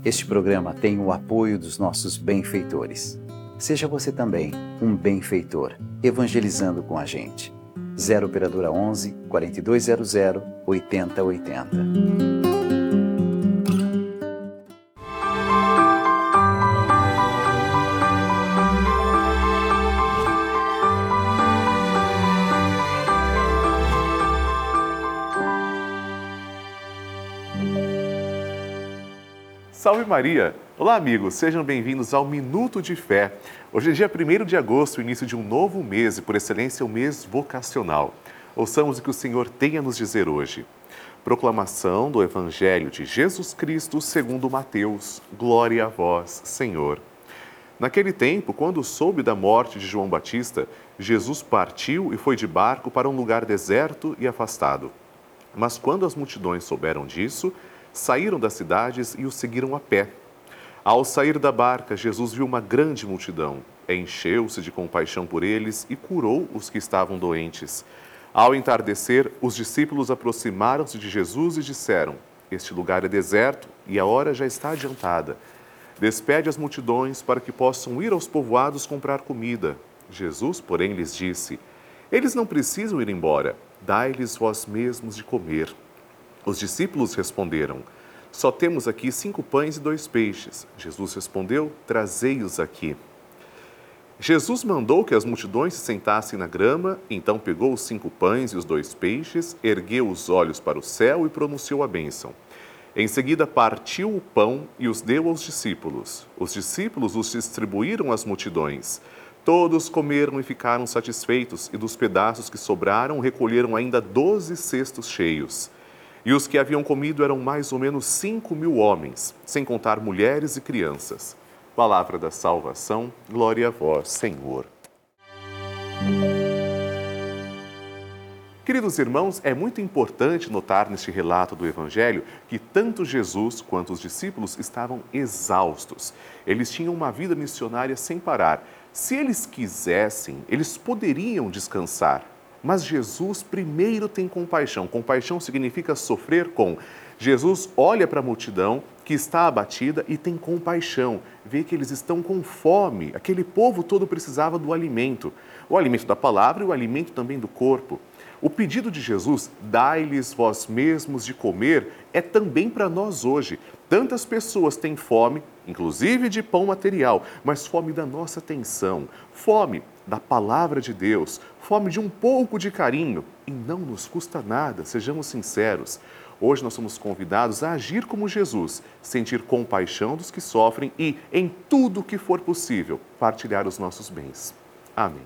Este programa tem o apoio dos nossos benfeitores. Seja você também um benfeitor, evangelizando com a gente. 0 Operadora 11 4200 8080. Salve Maria! Olá amigos, sejam bem-vindos ao Minuto de Fé. Hoje é dia 1º de agosto, início de um novo mês e por excelência o mês vocacional. Ouçamos o que o Senhor tem a nos dizer hoje. Proclamação do Evangelho de Jesus Cristo segundo Mateus. Glória a vós, Senhor. Naquele tempo, quando soube da morte de João Batista, Jesus partiu e foi de barco para um lugar deserto e afastado. Mas quando as multidões souberam disso, saíram das cidades e o seguiram a pé. Ao sair da barca, Jesus viu uma grande multidão, encheu-se de compaixão por eles e curou os que estavam doentes. Ao entardecer, os discípulos aproximaram-se de Jesus e disseram: Este lugar é deserto e a hora já está adiantada. Despede as multidões para que possam ir aos povoados comprar comida. Jesus, porém, lhes disse: Eles não precisam ir embora, dai-lhes vós mesmos de comer. Os discípulos responderam: Só temos aqui 5 pães e 2 peixes. Jesus respondeu: Trazei-os aqui. Jesus mandou que as multidões se sentassem na grama, então pegou os 5 pães e os 2 peixes, ergueu os olhos para o céu e pronunciou a bênção. Em seguida partiu o pão e os deu aos discípulos. Os discípulos os distribuíram às multidões. Todos comeram e ficaram satisfeitos, e dos pedaços que sobraram recolheram ainda 12 cestos cheios. E os que haviam comido eram mais ou menos 5.000 homens, sem contar mulheres e crianças. Palavra da salvação, glória a vós, Senhor. Queridos irmãos, é muito importante notar neste relato do Evangelho que tanto Jesus quanto os discípulos estavam exaustos. Eles tinham uma vida missionária sem parar. Se eles quisessem, eles poderiam descansar. Mas Jesus primeiro tem compaixão. Compaixão significa sofrer com. Jesus olha para a multidão que está abatida e tem compaixão. Vê que eles estão com fome. Aquele povo todo precisava do alimento. O alimento da palavra e o alimento também do corpo. O pedido de Jesus, dai-lhes vós mesmos de comer, é também para nós hoje. Tantas pessoas têm fome, inclusive de pão material, mas fome da nossa atenção, fome da palavra de Deus, fome de um pouco de carinho. E não nos custa nada, sejamos sinceros. Hoje nós somos convidados a agir como Jesus, sentir compaixão dos que sofrem e, em tudo que for possível, partilhar os nossos bens. Amém.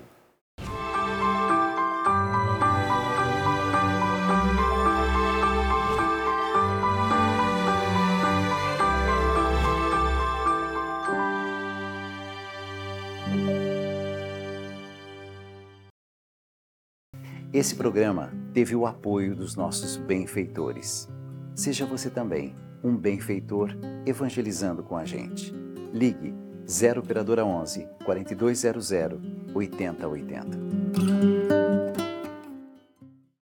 Esse programa teve o apoio dos nossos benfeitores. Seja você também um benfeitor, evangelizando com a gente. Ligue 0 Operadora 11 4200 8080.